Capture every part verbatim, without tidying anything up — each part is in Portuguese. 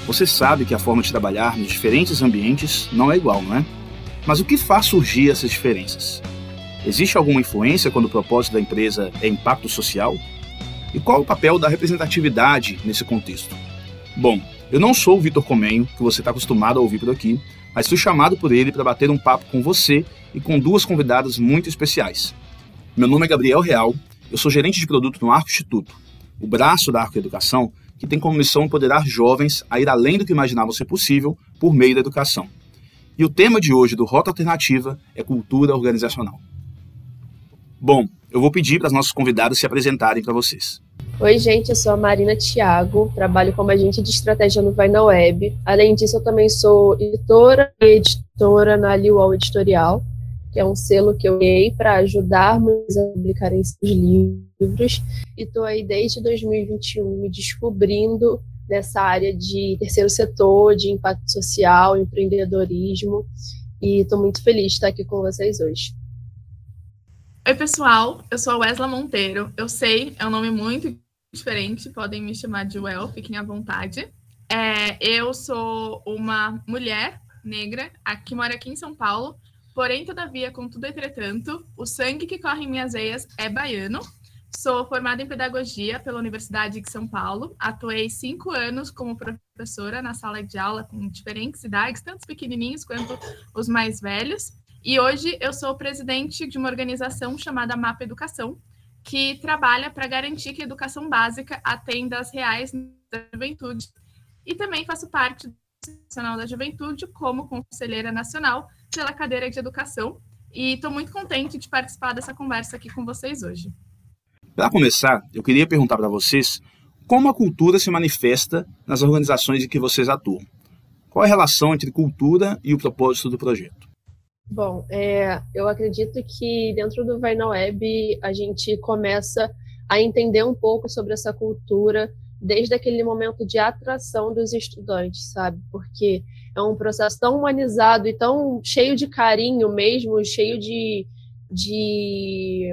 Você sabe que a forma de trabalhar nos diferentes ambientes não é igual, não é? Mas o que faz surgir essas diferenças? Existe alguma influência quando o propósito da empresa é impacto social? E qual é o papel da representatividade nesse contexto? Bom, eu não sou o Vitor Comenho, que você está acostumado a ouvir por aqui, mas fui chamado por ele para bater um papo com você e com duas convidadas muito especiais. Meu nome é Gabriel Real, eu sou gerente de produto no Arco Instituto, o braço da Arco Educação, que tem como missão empoderar jovens a ir além do que imaginavam ser possível por meio da educação. E o tema de hoje do Rota Alternativa é cultura organizacional. Bom, eu vou pedir para as nossas convidadas se apresentarem para vocês. Oi, gente, eu sou a Marina Thiago, trabalho como agente de estratégia no Vai na Web. Além disso, eu também sou editora e editora na Liuol Editorial, que é um selo que eu criei para ajudar mulheres a publicarem seus livros. E estou aí desde dois mil e vinte e um me descobrindo nessa área de terceiro setor, de impacto social, empreendedorismo. E estou muito feliz de estar aqui com vocês hoje. Oi, pessoal, eu sou a Wesley Monteiro. Eu sei, é um nome muito diferente, podem me chamar de Well, fiquem à vontade. É, eu sou uma mulher negra que mora aqui em São Paulo, porém, todavia, contudo, entretanto, o sangue que corre em minhas veias é baiano. Sou formada em pedagogia pela Universidade de São Paulo, atuei cinco anos como professora na sala de aula com diferentes idades, tanto os pequenininhos quanto os mais velhos. E hoje eu sou presidente de uma organização chamada Mapa Educação, que trabalha para garantir que a educação básica atenda às reais da juventude. E também faço parte do Conselho Nacional da Juventude como conselheira nacional pela cadeira de educação. E estou muito contente de participar dessa conversa aqui com vocês hoje. Para começar, eu queria perguntar para vocês como a cultura se manifesta nas organizações em que vocês atuam. Qual é a relação entre cultura e o propósito do projeto? Bom, é, eu acredito que dentro do Vai na Web a gente começa a entender um pouco sobre essa cultura desde aquele momento de atração dos estudantes, sabe? Porque é um processo tão humanizado e tão cheio de carinho mesmo, cheio de, de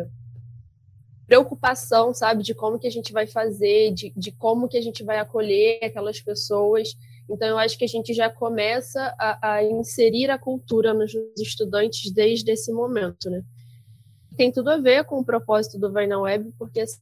preocupação, sabe? De como que a gente vai fazer, de, de como que a gente vai acolher aquelas pessoas. Então, eu acho que a gente já começa a, a inserir a cultura nos estudantes desde esse momento, né? Tem tudo a ver com o propósito do Vai na Web, porque assim,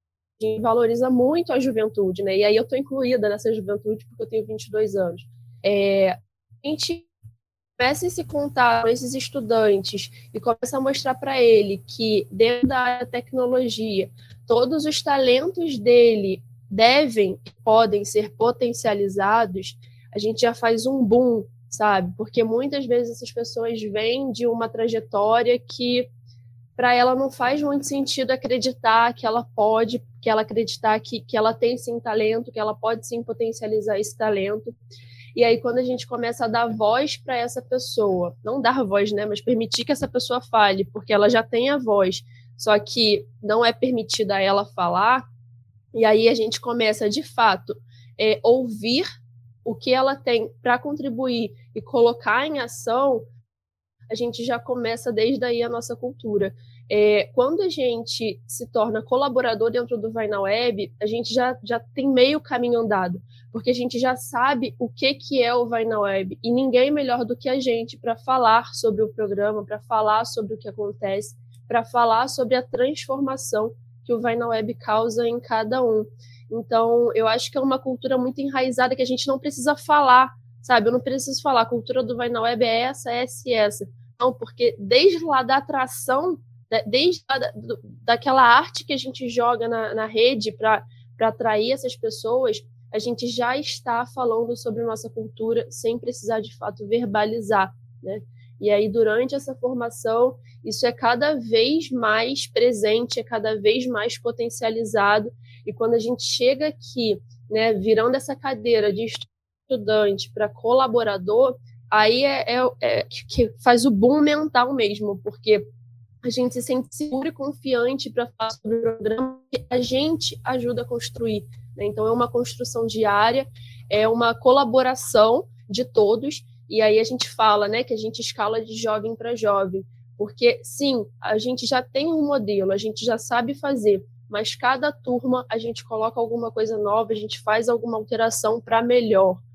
a gente valoriza muito a juventude, né? E aí eu estou incluída nessa juventude porque eu tenho vinte e dois anos. É, a gente começa esse contato com esses estudantes e começa a mostrar para ele que dentro da tecnologia, todos os talentos dele devem, podem ser potencializados, a gente já faz um boom, sabe? Porque muitas vezes essas pessoas vêm de uma trajetória que para ela não faz muito sentido acreditar que ela pode, que ela acreditar que, que ela tem sim talento, que ela pode sim potencializar esse talento. E aí quando a gente começa a dar voz para essa pessoa, não dar voz, né, mas permitir que essa pessoa fale, porque ela já tem a voz, só que não é permitida a ela falar. E aí a gente começa, de fato, é, ouvir o que ela tem para contribuir e colocar em ação, a gente já começa desde aí a nossa cultura. É, quando a gente se torna colaborador dentro do Vai na Web, a gente já, já tem meio caminho andado, porque a gente já sabe o que, que é o Vai na Web, e ninguém melhor do que a gente para falar sobre o programa, para falar sobre o que acontece, para falar sobre a transformação que o Vai na Web causa em cada um. Então, eu acho que é uma cultura muito enraizada que a gente não precisa falar, sabe? Eu não preciso falar, a cultura do Vai na Web é essa, essa e essa. Não, porque desde lá da atração, desde lá da, daquela arte que a gente joga na, na rede para atrair essas pessoas, a gente já está falando sobre a nossa cultura sem precisar, de fato, verbalizar, né? E aí, durante essa formação, isso é cada vez mais presente, é cada vez mais potencializado. E quando a gente chega aqui, né, virando essa cadeira de estudante para colaborador, aí é, é, é que faz o boom mental mesmo, porque a gente se sente seguro e confiante para falar sobre o programa que a gente ajuda a construir, né? Então, é uma construção diária, é uma colaboração de todos. E aí a gente fala, né, que a gente escala de jovem para jovem, porque, sim, a gente já tem um modelo, a gente já sabe fazer, mas cada turma a gente coloca alguma coisa nova, a gente faz alguma alteração para melhor,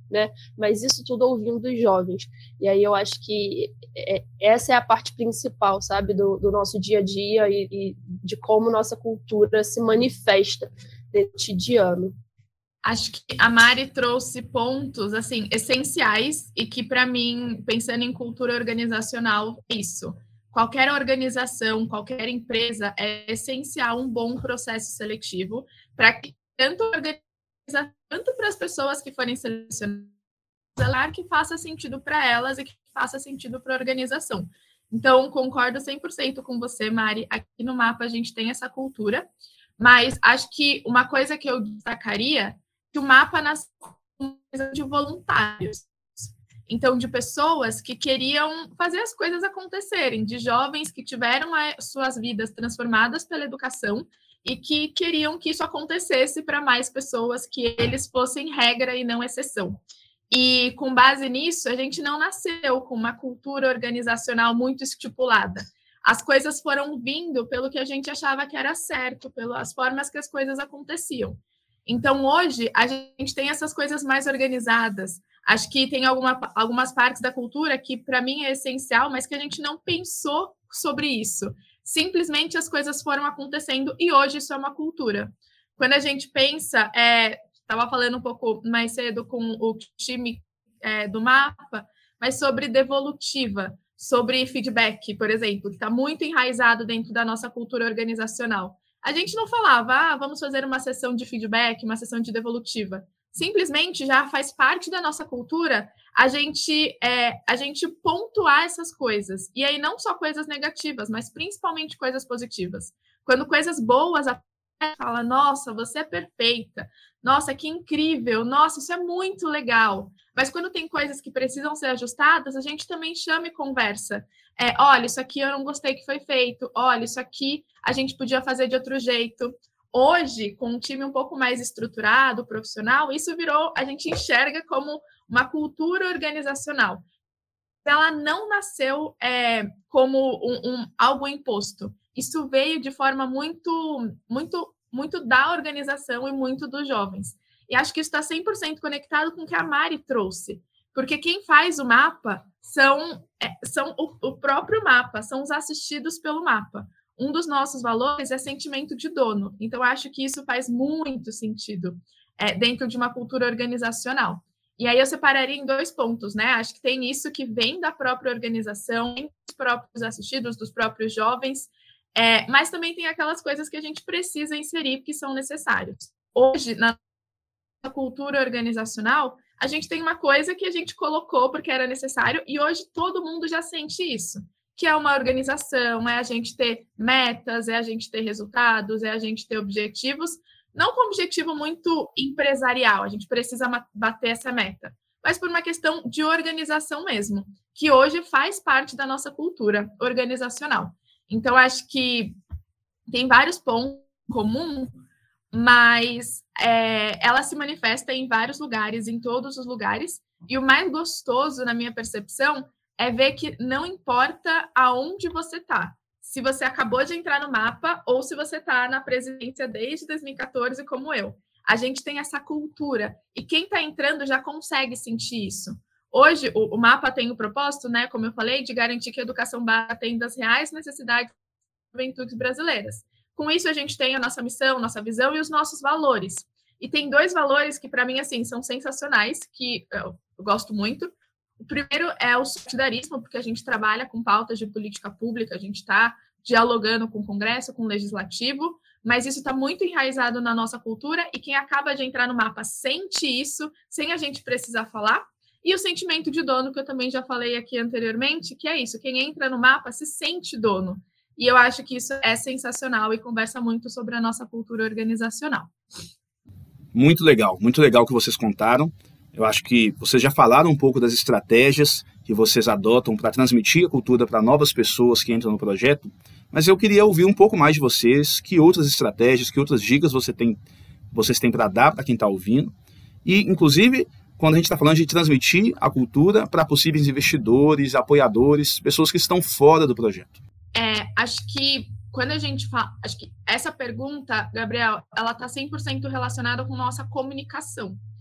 né? Mas isso tudo ouvindo dos jovens. E aí eu acho que é, essa é a parte principal, sabe, do, do nosso dia a dia e, e de como nossa cultura se manifesta no cotidiano. Acho que a Mari trouxe pontos, assim, essenciais e que, para mim, pensando em cultura organizacional, é isso. Qualquer organização, qualquer empresa, é essencial um bom processo seletivo para que tanto organiza, tanto para as pessoas que forem selecionadas, que faça sentido para elas e que faça sentido para a organização. Então, concordo cem por cento com você, Mari. Aqui no Mapa a gente tem essa cultura, mas acho que uma coisa que eu destacaria que o Mapa nasceu de voluntários. Então, de pessoas que queriam fazer as coisas acontecerem, de jovens que tiveram as suas vidas transformadas pela educação e que queriam que isso acontecesse para mais pessoas, que eles fossem regra e não exceção. E, com base nisso, a gente não nasceu com uma cultura organizacional muito estipulada. As coisas foram vindo pelo que a gente achava que era certo, pelas formas que as coisas aconteciam. Então, hoje, a gente tem essas coisas mais organizadas. Acho que tem alguma, algumas partes da cultura que, para mim, é essencial, mas que a gente não pensou sobre isso. Simplesmente as coisas foram acontecendo e hoje isso é uma cultura. Quando a gente pensa, estava é, falando um pouco mais cedo com o time é, do Mapa, mas sobre devolutiva, sobre feedback, por exemplo, que está muito enraizado dentro da nossa cultura organizacional. A gente não falava, ah, vamos fazer uma sessão de feedback, uma sessão de devolutiva. Simplesmente já faz parte da nossa cultura a gente, é, a gente pontuar essas coisas. E aí não só coisas negativas, mas principalmente coisas positivas. Quando coisas boas, a fala, nossa, você é perfeita. Nossa, que incrível. Nossa, isso é muito legal. Mas quando tem coisas que precisam ser ajustadas, a gente também chama e conversa. É, olha, isso aqui eu não gostei que foi feito. Olha, isso aqui a gente podia fazer de outro jeito. Hoje, com um time um pouco mais estruturado, profissional, isso virou, a gente enxerga como uma cultura organizacional. Ela não nasceu é, como um, um, algo imposto. Isso veio de forma muito, muito, muito da organização e muito dos jovens. E acho que isso está cem por cento conectado com o que a Mari trouxe. Porque quem faz o mapa são, é, são o, o próprio mapa, são os assistidos pelo mapa. Um dos nossos valores é sentimento de dono. Então, acho que isso faz muito sentido é, dentro de uma cultura organizacional. E aí eu separaria em dois pontos, né? Acho que tem isso que vem da própria organização, dos próprios assistidos, dos próprios jovens, é, mas também tem aquelas coisas que a gente precisa inserir que são necessários. Hoje, na cultura organizacional, a gente tem uma coisa que a gente colocou porque era necessário e hoje todo mundo já sente isso, que é uma organização, é a gente ter metas, é a gente ter resultados, é a gente ter objetivos, não com objetivo muito empresarial, a gente precisa bater essa meta, mas por uma questão de organização mesmo, que hoje faz parte da nossa cultura organizacional. Então, acho que tem vários pontos em comum, mas é, ela se manifesta em vários lugares, em todos os lugares, e o mais gostoso, na minha percepção, é ver que não importa aonde você está, se você acabou de entrar no mapa ou se você está na presidência desde dois mil e quatorze, como eu. A gente tem essa cultura, e quem está entrando já consegue sentir isso. Hoje, o, o mapa tem o propósito, né, como eu falei, de garantir que a educação base atenda às reais necessidades das juventudes brasileiras. Com isso, a gente tem a nossa missão, nossa visão e os nossos valores. E tem dois valores que, para mim, assim, são sensacionais, que eu, eu gosto muito. O primeiro é o solidarismo, porque a gente trabalha com pautas de política pública, a gente está dialogando com o Congresso, com o Legislativo, mas isso está muito enraizado na nossa cultura e quem acaba de entrar no mapa sente isso, sem a gente precisar falar. E o sentimento de dono, que eu também já falei aqui anteriormente, que é isso, quem entra no mapa se sente dono. E eu acho que isso é sensacional e conversa muito sobre a nossa cultura organizacional. Muito legal, muito legal que vocês contaram. Eu acho que vocês já falaram um pouco das estratégias que vocês adotam para transmitir a cultura para novas pessoas que entram no projeto, mas eu queria ouvir um pouco mais de vocês, que outras estratégias, que outras dicas você tem, vocês têm para dar para quem está ouvindo. E, inclusive, quando a gente está falando de transmitir a cultura para possíveis investidores, apoiadores, pessoas que estão fora do projeto. É, acho que quando a gente fala, acho que essa pergunta, Gabriel, ela está cem por cento relacionada com nossa comunicação.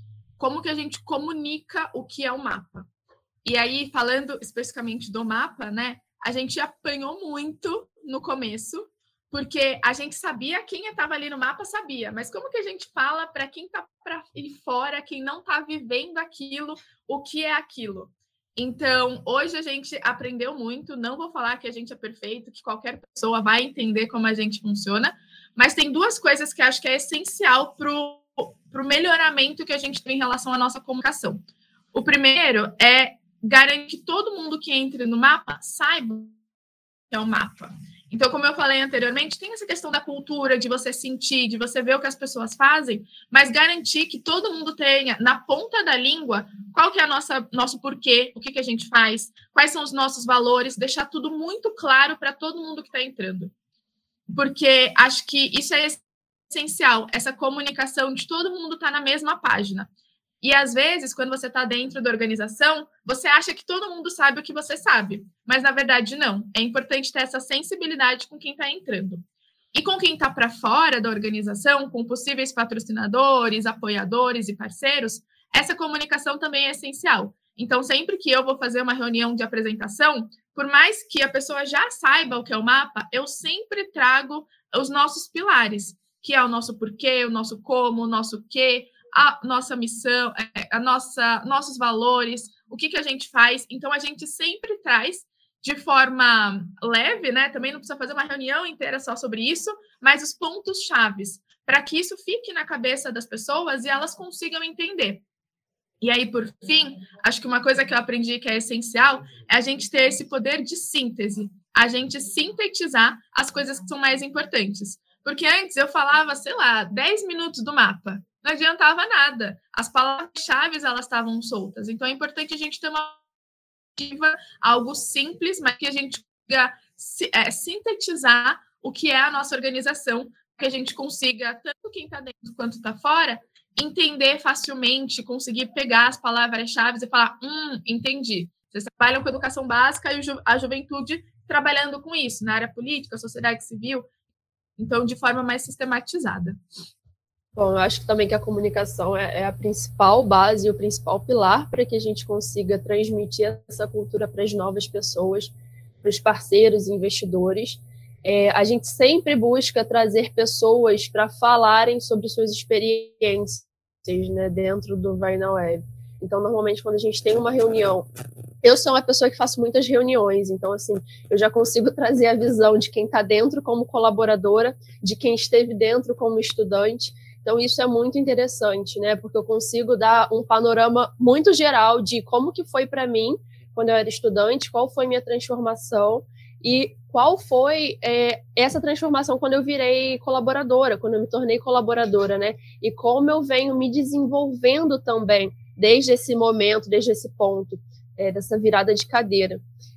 como que a gente comunica o que é o mapa. E aí, falando especificamente do mapa, né, a gente apanhou muito no começo, porque a gente sabia, quem estava ali no mapa sabia, mas como que a gente fala para quem está para fora, quem não está vivendo aquilo, o que é aquilo? Então, hoje a gente aprendeu muito, não vou falar que a gente é perfeito, que qualquer pessoa vai entender como a gente funciona, mas tem duas coisas que acho que é essencial para o melhoramento que a gente tem em relação à nossa comunicação. O primeiro é garantir que todo mundo que entre no mapa saiba o que é o mapa. Então, como eu falei anteriormente, tem essa questão da cultura, de você sentir, de você ver o que as pessoas fazem, mas garantir que todo mundo tenha, na ponta da língua, qual que é a nossa nosso porquê, o que, que a gente faz, quais são os nossos valores, deixar tudo muito claro para todo mundo que está entrando. Porque acho que isso é essencial, essa comunicação de todo mundo estar tá na mesma página. E, às vezes, quando você está dentro da organização, você acha que todo mundo sabe o que você sabe. Mas, na verdade, não. É importante ter essa sensibilidade com quem está entrando. E com quem está para fora da organização, com possíveis patrocinadores, apoiadores e parceiros, essa comunicação também é essencial. Então, sempre que eu vou fazer uma reunião de apresentação, por mais que a pessoa já saiba o que é o mapa, eu sempre trago os nossos pilares, que é o nosso porquê, o nosso como, o nosso quê, a nossa missão, a nossa, nossos valores, o que, que a gente faz. Então, a gente sempre traz de forma leve, né? Também não precisa fazer uma reunião inteira só sobre isso, mas os pontos chaves, para que isso fique na cabeça das pessoas e elas consigam entender. E aí, por fim, acho que uma coisa que eu aprendi que é essencial é a gente ter esse poder de síntese, a gente sintetizar as coisas que são mais importantes. Porque antes eu falava, sei lá, dez minutos do mapa. Não adiantava nada. As palavras-chave, elas estavam soltas. Então, é importante a gente ter uma algo simples, mas que a gente consiga é, sintetizar o que é a nossa organização, que a gente consiga, tanto quem está dentro quanto está fora, entender facilmente, conseguir pegar as palavras-chave e falar, hum, entendi. Vocês trabalham com educação básica e a juventude trabalhando com isso, na área política, sociedade civil, então, de forma mais sistematizada. Bom, eu acho também que a comunicação é, é a principal base, o principal pilar para que a gente consiga transmitir essa cultura para as novas pessoas, para os parceiros e investidores. É, a gente sempre busca trazer pessoas para falarem sobre suas experiências, né, dentro do Vai na Web. Então, normalmente, quando a gente tem uma reunião, eu sou uma pessoa que faço muitas reuniões, então, assim, eu já consigo trazer a visão de quem está dentro como colaboradora, de quem esteve dentro como estudante. Então, isso é muito interessante, né? Porque eu consigo dar um panorama muito geral de como que foi para mim quando eu era estudante, qual foi minha transformação e qual foi é, essa transformação quando eu virei colaboradora, quando eu me tornei colaboradora, né? E como eu venho me desenvolvendo também desde esse momento, desde esse ponto, é, dessa virada de cadeira.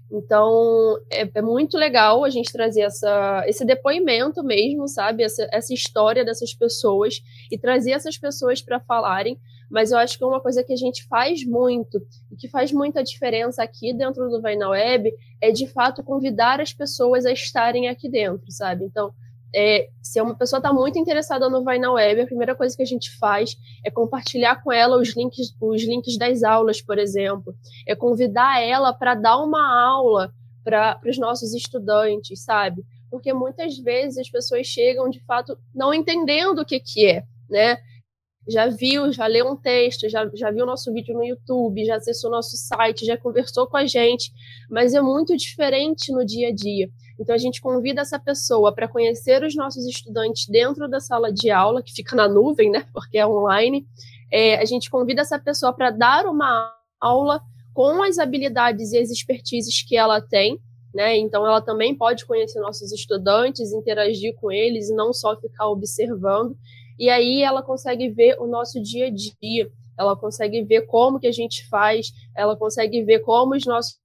Então, é, é muito legal a gente trazer essa, esse depoimento mesmo, sabe? Essa, essa história dessas pessoas e trazer essas pessoas para falarem, mas eu acho que uma coisa que a gente faz muito e que faz muita diferença aqui dentro do Vai na Web é, de fato, convidar as pessoas a estarem aqui dentro, sabe? Então, é, se uma pessoa está muito interessada no Vai na Web, a primeira coisa que a gente faz é compartilhar com ela os links, os links das aulas, por exemplo. É convidar ela para dar uma aula para os nossos estudantes, sabe? Porque muitas vezes as pessoas chegam, de fato, não entendendo o que, que é, né? Já viu, já leu um texto, já, já viu o nosso vídeo no YouTube, já acessou o nosso site, já conversou com a gente, mas é muito diferente no dia a dia. Então, a gente convida essa pessoa para conhecer os nossos estudantes dentro da sala de aula, que fica na nuvem, né, porque é online. É, a gente convida essa pessoa para dar uma aula com as habilidades e as expertises que ela tem, né? Então, ela também pode conhecer nossos estudantes, interagir com eles e não só ficar observando. E aí ela consegue ver o nosso dia a dia, ela consegue ver como que a gente faz, ela consegue ver como os nossos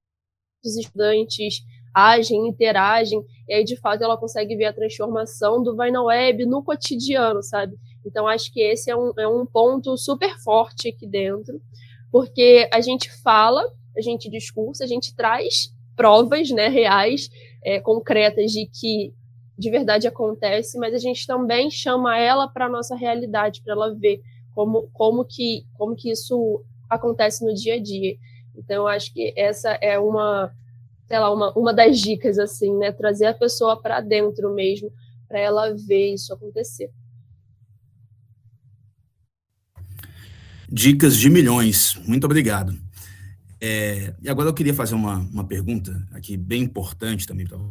estudantes agem, interagem, e aí, de fato, ela consegue ver a transformação do Vai na Web no cotidiano, sabe? Então, acho que esse é um, é um ponto super forte aqui dentro, porque a gente fala, a gente discursa, a gente traz provas, né, reais, é, concretas de que de verdade acontece, mas a gente também chama ela para a nossa realidade, para ela ver como, como, que, como que isso acontece no dia a dia. Então, eu acho que essa é uma, sei lá, uma, uma das dicas, assim, né? Trazer a pessoa para dentro mesmo, para ela ver isso acontecer. Dicas de milhões. Muito obrigado. É, e agora eu queria fazer uma, uma pergunta aqui bem importante também para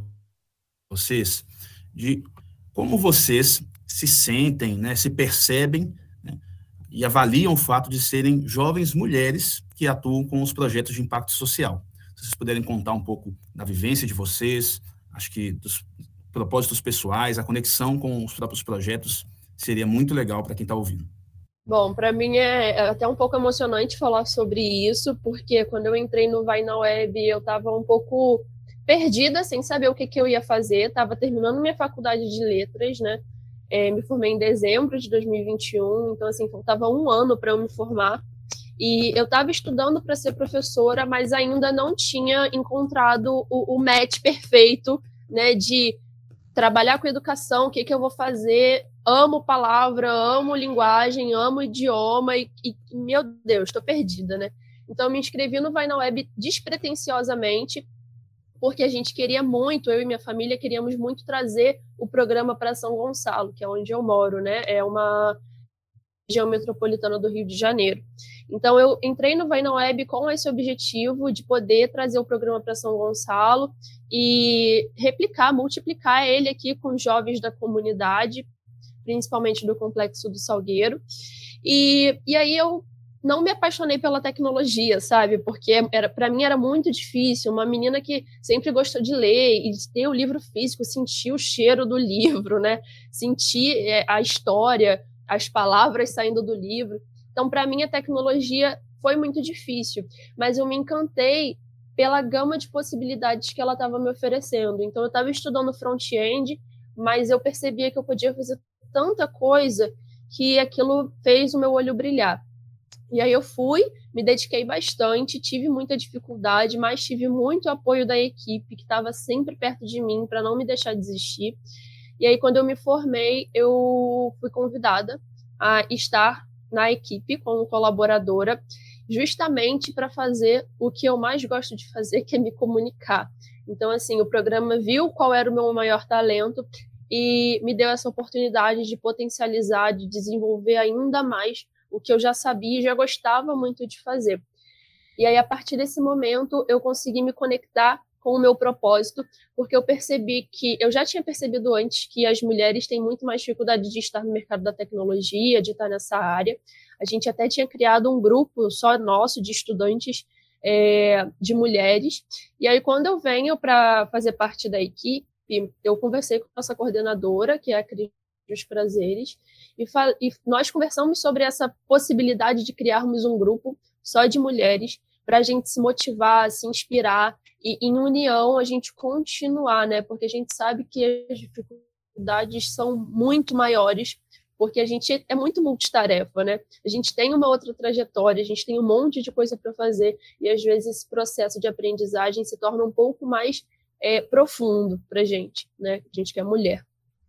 vocês, de como vocês se sentem, né, se percebem, né, e avaliam o fato de serem jovens mulheres que atuam com os projetos de impacto social. Se vocês puderem contar um pouco da vivência de vocês, acho que dos propósitos pessoais, a conexão com os próprios projetos, seria muito legal para quem está ouvindo. Bom, para mim é até um pouco emocionante falar sobre isso, porque quando eu entrei no Vai na Web, eu estava um pouco perdida, sem saber o que, que eu ia fazer. Estava terminando minha faculdade de letras, né? É, me formei em dezembro de dois mil e vinte e um, então, assim, faltava um ano para eu me formar. E eu estava estudando para ser professora, mas ainda não tinha encontrado o, o match perfeito, né? De trabalhar com educação, o que, que eu vou fazer. Amo palavra, amo linguagem, amo idioma e, e meu Deus, estou perdida, né? Então, eu me inscrevi no Vai na Web despretensiosamente, porque a gente queria muito, eu e minha família queríamos muito trazer o programa para São Gonçalo, que é onde eu moro, né? É uma região metropolitana do Rio de Janeiro. Então, eu entrei no Vai na Web com esse objetivo de poder trazer o programa para São Gonçalo e replicar, multiplicar ele aqui com os jovens da comunidade, principalmente do Complexo do Salgueiro. E, e aí eu não me apaixonei pela tecnologia, sabe? Porque para mim era muito difícil. Uma menina que sempre gostou de ler e de ter o livro físico, sentir o cheiro do livro, né? Sentir é, a história, as palavras saindo do livro. Então, para mim, a tecnologia foi muito difícil. Mas eu me encantei pela gama de possibilidades que ela estava me oferecendo. Então, eu estava estudando front-end, mas eu percebia que eu podia fazer tanta coisa que aquilo fez o meu olho brilhar. E aí eu fui, me dediquei bastante, tive muita dificuldade, mas tive muito apoio da equipe, que estava sempre perto de mim para não me deixar desistir. E aí, quando eu me formei, eu fui convidada a estar na equipe como colaboradora, justamente para fazer o que eu mais gosto de fazer, que é me comunicar. Então, assim, o programa viu qual era o meu maior talento e me deu essa oportunidade de potencializar, de desenvolver ainda mais o que eu já sabia e já gostava muito de fazer. E aí, a partir desse momento, eu consegui me conectar com o meu propósito, porque eu percebi que, eu já tinha percebido antes que as mulheres têm muito mais dificuldade de estar no mercado da tecnologia, de estar nessa área. A gente até tinha criado um grupo só nosso de estudantes é, de mulheres. E aí, quando eu venho para fazer parte da equipe, eu conversei com a nossa coordenadora, que é a Cris dos Prazeres, e, e nós conversamos sobre essa possibilidade de criarmos um grupo só de mulheres para a gente se motivar, se inspirar e, em união, a gente continuar, né? Porque a gente sabe que as dificuldades são muito maiores, porque a gente é muito multitarefa, né? A gente tem uma outra trajetória, a gente tem um monte de coisa para fazer e, às vezes, esse processo de aprendizagem se torna um pouco mais É, profundo para a gente, né? A gente que é mulher.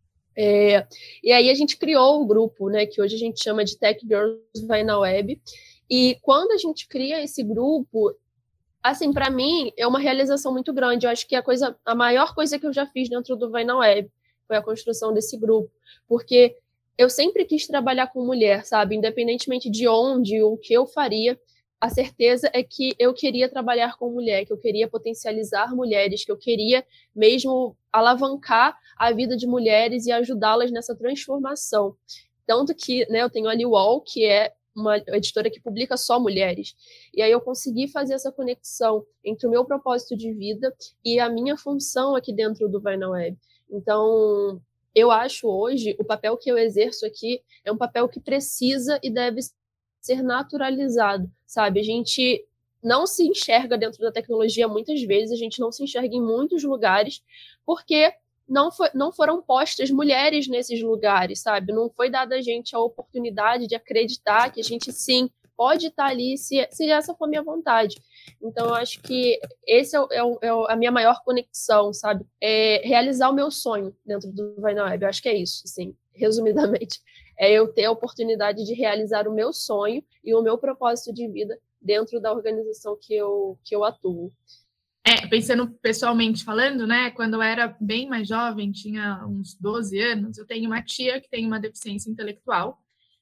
É, e aí a gente criou o grupo, né? Que hoje a gente chama de Tech Girls Vai na Web. E quando a gente cria esse grupo, assim, para mim é uma realização muito grande. Eu acho que a coisa, a maior coisa que eu já fiz dentro do Vai na Web foi a construção desse grupo, porque eu sempre quis trabalhar com mulher, sabe? Independentemente de onde ou o que eu faria. A certeza é que eu queria trabalhar com mulher, que eu queria potencializar mulheres, que eu queria mesmo alavancar a vida de mulheres e ajudá-las nessa transformação. Tanto que, né, eu tenho a Liwall, que é uma editora que publica só mulheres. E aí eu consegui fazer essa conexão entre o meu propósito de vida e a minha função aqui dentro do Vai na Web. Então, eu acho hoje, o papel que eu exerço aqui é um papel que precisa e deve ser naturalizado, sabe? A gente não se enxerga dentro da tecnologia muitas vezes, a gente não se enxerga em muitos lugares, porque não, foi, não foram postas mulheres nesses lugares, sabe? Não foi dada a gente a oportunidade de acreditar que a gente, sim, pode estar ali se, se essa for a minha vontade. Então, eu acho que esse é, o, é, o, é a minha maior conexão, sabe? É realizar o meu sonho dentro do Vai na Web. Eu acho que é isso, assim, resumidamente. É eu ter a oportunidade de realizar o meu sonho e o meu propósito de vida dentro da organização que eu, que eu atuo. É, pensando pessoalmente falando, né? Quando eu era bem mais jovem, tinha uns doze anos, eu tenho uma tia que tem uma deficiência intelectual.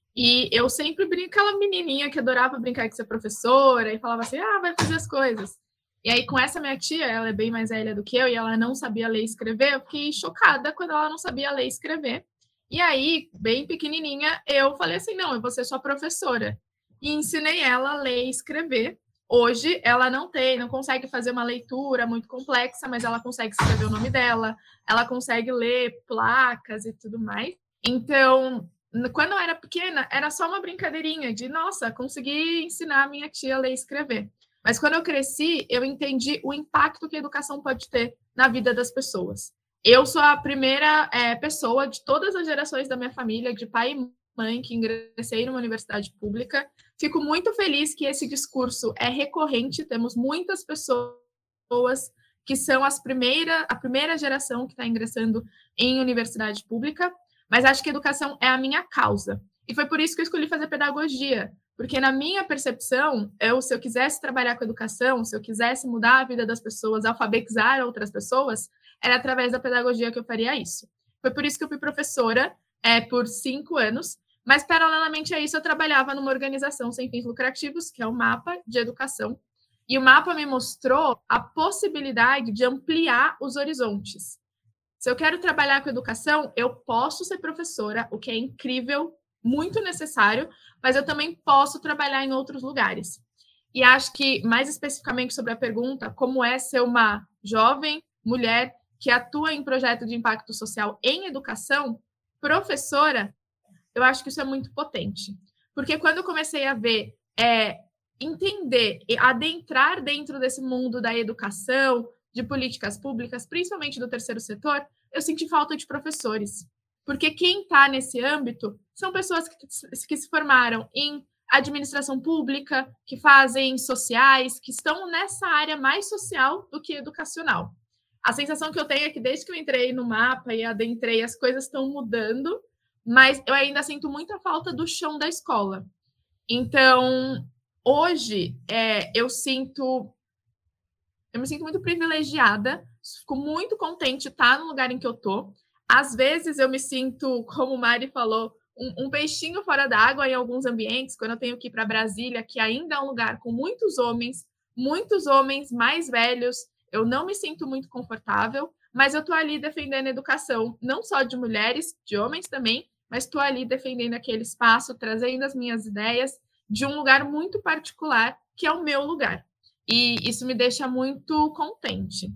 E eu sempre brinco, aquela menininha que adorava brincar com ser professora e falava assim, ah, vai fazer as coisas. E aí, com essa minha tia, ela é bem mais velha do que eu e ela não sabia ler e escrever, eu fiquei chocada quando ela não sabia ler e escrever. E aí, bem pequenininha, eu falei assim, não, eu vou ser sua professora. E ensinei ela a ler e escrever. Hoje, ela não tem, não consegue fazer uma leitura muito complexa, mas ela consegue escrever o nome dela, ela consegue ler placas e tudo mais. Então, quando eu era pequena, era só uma brincadeirinha de, nossa, consegui ensinar a minha tia a ler e escrever. Mas quando eu cresci, eu entendi o impacto que a educação pode ter na vida das pessoas. Eu sou a primeira é, pessoa de todas as gerações da minha família, de pai e mãe, que ingressei numa universidade pública. Fico muito feliz que esse discurso é recorrente. Temos muitas pessoas que são as primeira, a primeira geração que está ingressando em universidade pública. Mas acho que a educação é a minha causa. E foi por isso que eu escolhi fazer pedagogia. Porque na minha percepção, eu, se eu quisesse trabalhar com educação, se eu quisesse mudar a vida das pessoas, alfabetizar outras pessoas, era através da pedagogia que eu faria isso. Foi por isso que eu fui professora é, por cinco anos. Mas, paralelamente a isso, eu trabalhava numa organização sem fins lucrativos, que é o MAPA de Educação. E o MAPA me mostrou a possibilidade de ampliar os horizontes. Se eu quero trabalhar com educação, eu posso ser professora, o que é incrível, muito necessário, mas eu também posso trabalhar em outros lugares. E acho que, mais especificamente sobre a pergunta, como é ser uma jovem mulher que atua em projeto de impacto social em educação, professora, eu acho que isso é muito potente. Porque quando eu comecei a ver, é, entender, adentrar dentro desse mundo da educação, de políticas públicas, principalmente do terceiro setor, eu senti falta de professores. Porque quem está nesse âmbito são pessoas que, que se formaram em administração pública, que fazem sociais, que estão nessa área mais social do que educacional. A sensação que eu tenho é que desde que eu entrei no MAPA e adentrei, as coisas estão mudando, mas eu ainda sinto muita falta do chão da escola. Então, hoje, é, eu sinto... Eu me sinto muito privilegiada, fico muito contente de estar no lugar em que eu estou. Às vezes eu me sinto, como o Mari falou, um, um peixinho fora d'água em alguns ambientes, quando eu tenho que ir para Brasília, que ainda é um lugar com muitos homens, muitos homens mais velhos, eu não me sinto muito confortável, mas eu estou ali defendendo a educação, não só de mulheres, de homens também, mas estou ali defendendo aquele espaço, trazendo as minhas ideias de um lugar muito particular, que é o meu lugar. E isso me deixa muito contente.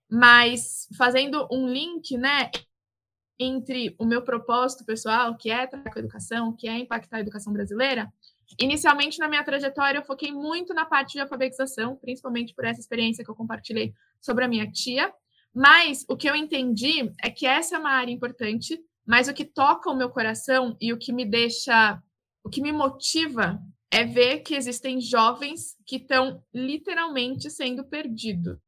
Mas fazendo um link, né, entre o meu propósito pessoal, que é trabalhar com a educação, que é impactar a educação brasileira, inicialmente na minha trajetória eu foquei muito na parte de alfabetização, principalmente por essa experiência que eu compartilhei sobre a minha tia, mas o que eu entendi é que essa é uma área importante, mas o que toca o meu coração e o que me deixa, o que me motiva é ver que existem jovens que estão literalmente sendo perdidos.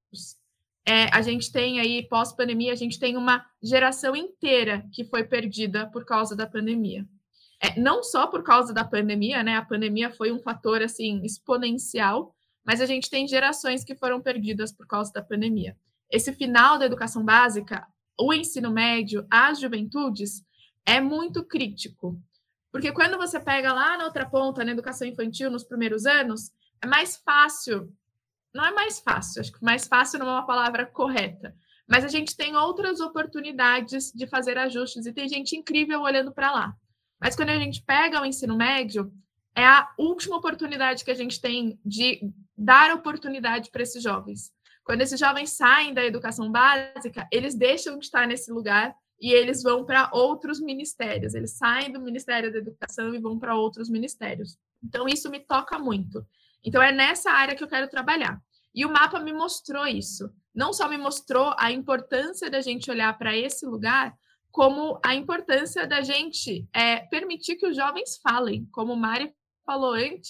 É, a gente tem aí, pós-pandemia, a gente tem uma geração inteira que foi perdida por causa da pandemia. É, não só por causa da pandemia, né? A pandemia foi um fator, assim, exponencial, mas a gente tem gerações que foram perdidas por causa da pandemia. Esse final da educação básica, o ensino médio, as juventudes, é muito crítico. Porque quando você pega lá na outra ponta, na educação infantil, nos primeiros anos, é mais fácil. Não é mais fácil, acho que mais fácil não é uma palavra correta, mas a gente tem outras oportunidades de fazer ajustes e tem gente incrível olhando para lá. Mas quando a gente pega o ensino médio, é a última oportunidade que a gente tem de dar oportunidade para esses jovens. Quando esses jovens saem da educação básica, eles deixam de estar nesse lugar e eles vão para outros ministérios. Eles saem do Ministério da Educação e vão para outros ministérios. Então, isso me toca muito. Então, é nessa área que eu quero trabalhar. E o MAPA me mostrou isso. Não só me mostrou a importância da gente olhar para esse lugar, como a importância da gente é, permitir que os jovens falem. Como o Mari falou antes,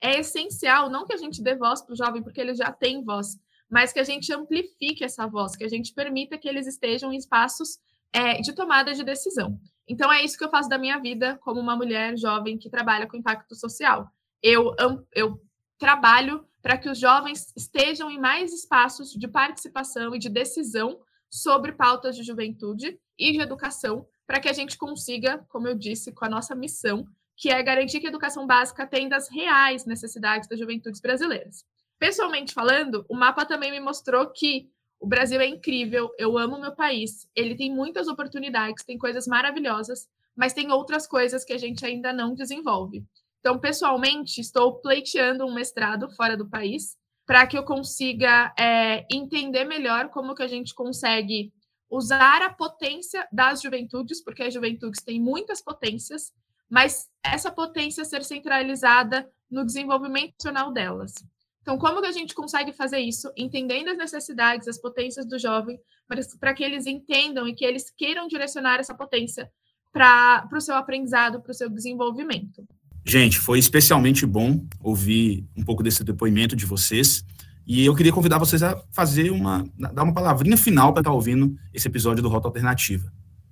é essencial, não que a gente dê voz para o jovem, porque ele já tem voz, mas que a gente amplifique essa voz, que a gente permita que eles estejam em espaços é, de tomada de decisão. Então, é isso que eu faço da minha vida como uma mulher jovem que trabalha com impacto social. Eu, eu trabalho para que os jovens estejam em mais espaços de participação e de decisão sobre pautas de juventude e de educação, para que a gente consiga, como eu disse, com a nossa missão, que é garantir que a educação básica atenda às reais necessidades das juventudes brasileiras. Pessoalmente falando, o mapa também me mostrou que o Brasil é incrível, eu amo o meu país, ele tem muitas oportunidades, tem coisas maravilhosas, mas tem outras coisas que a gente ainda não desenvolve. Então, pessoalmente, estou pleiteando um mestrado fora do país para que eu consiga é, entender melhor como que a gente consegue usar a potência das juventudes, porque as juventudes têm muitas potências, mas essa potência ser centralizada no desenvolvimento nacional delas. Então, como que a gente consegue fazer isso, entendendo as necessidades, as potências do jovem, para que eles entendam e que eles queiram direcionar essa potência para o seu aprendizado, para o seu desenvolvimento. Gente, foi especialmente bom ouvir um pouco desse depoimento de vocês, e eu queria convidar vocês a fazer uma, dar uma palavrinha final para estar ouvindo esse episódio do Rota Alternativa.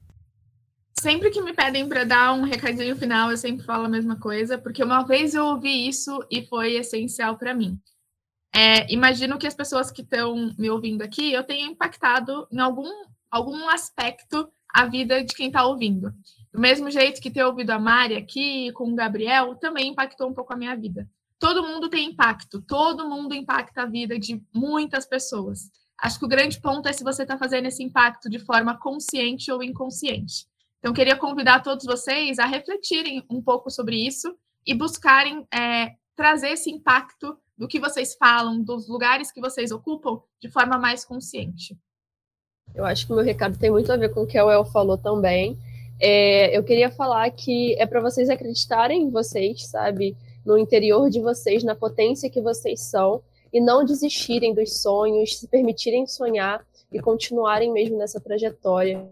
Sempre que me pedem para dar um recadinho final, eu sempre falo a mesma coisa, porque uma vez eu ouvi isso e foi essencial para mim. É, imagino que as pessoas que estão me ouvindo aqui, eu tenha impactado em algum, algum aspecto a vida de quem está ouvindo. Do mesmo jeito que ter ouvido a Mari aqui com o Gabriel, também impactou um pouco a minha vida. Todo mundo tem impacto, todo mundo impacta a vida de muitas pessoas. Acho que o grande ponto é se você está fazendo esse impacto de forma consciente ou inconsciente. Então, queria convidar todos vocês a refletirem um pouco sobre isso e buscarem é, trazer esse impacto do que vocês falam, dos lugares que vocês ocupam, de forma mais consciente. Eu acho que o meu recado tem muito a ver com o que a El falou também. É, eu queria falar que é para vocês acreditarem em vocês, sabe? No interior de vocês, na potência que vocês são, e não desistirem dos sonhos, se permitirem sonhar e continuarem mesmo nessa trajetória.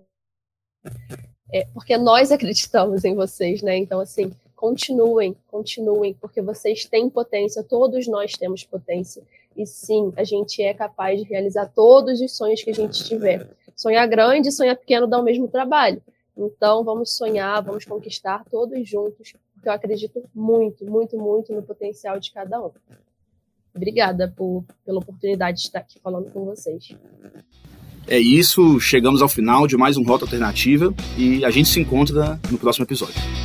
É, porque nós acreditamos em vocês, né? Então, assim, continuem, continuem, porque vocês têm potência, todos nós temos potência. E sim, a gente é capaz de realizar todos os sonhos que a gente tiver. Sonhar grande e sonhar pequeno dá o mesmo trabalho. Então, vamos sonhar, vamos conquistar todos juntos, porque eu acredito muito, muito, muito no potencial de cada um. Obrigada por, pela oportunidade de estar aqui falando com vocês. É isso, chegamos ao final de mais um Rota Alternativa e a gente se encontra no próximo episódio.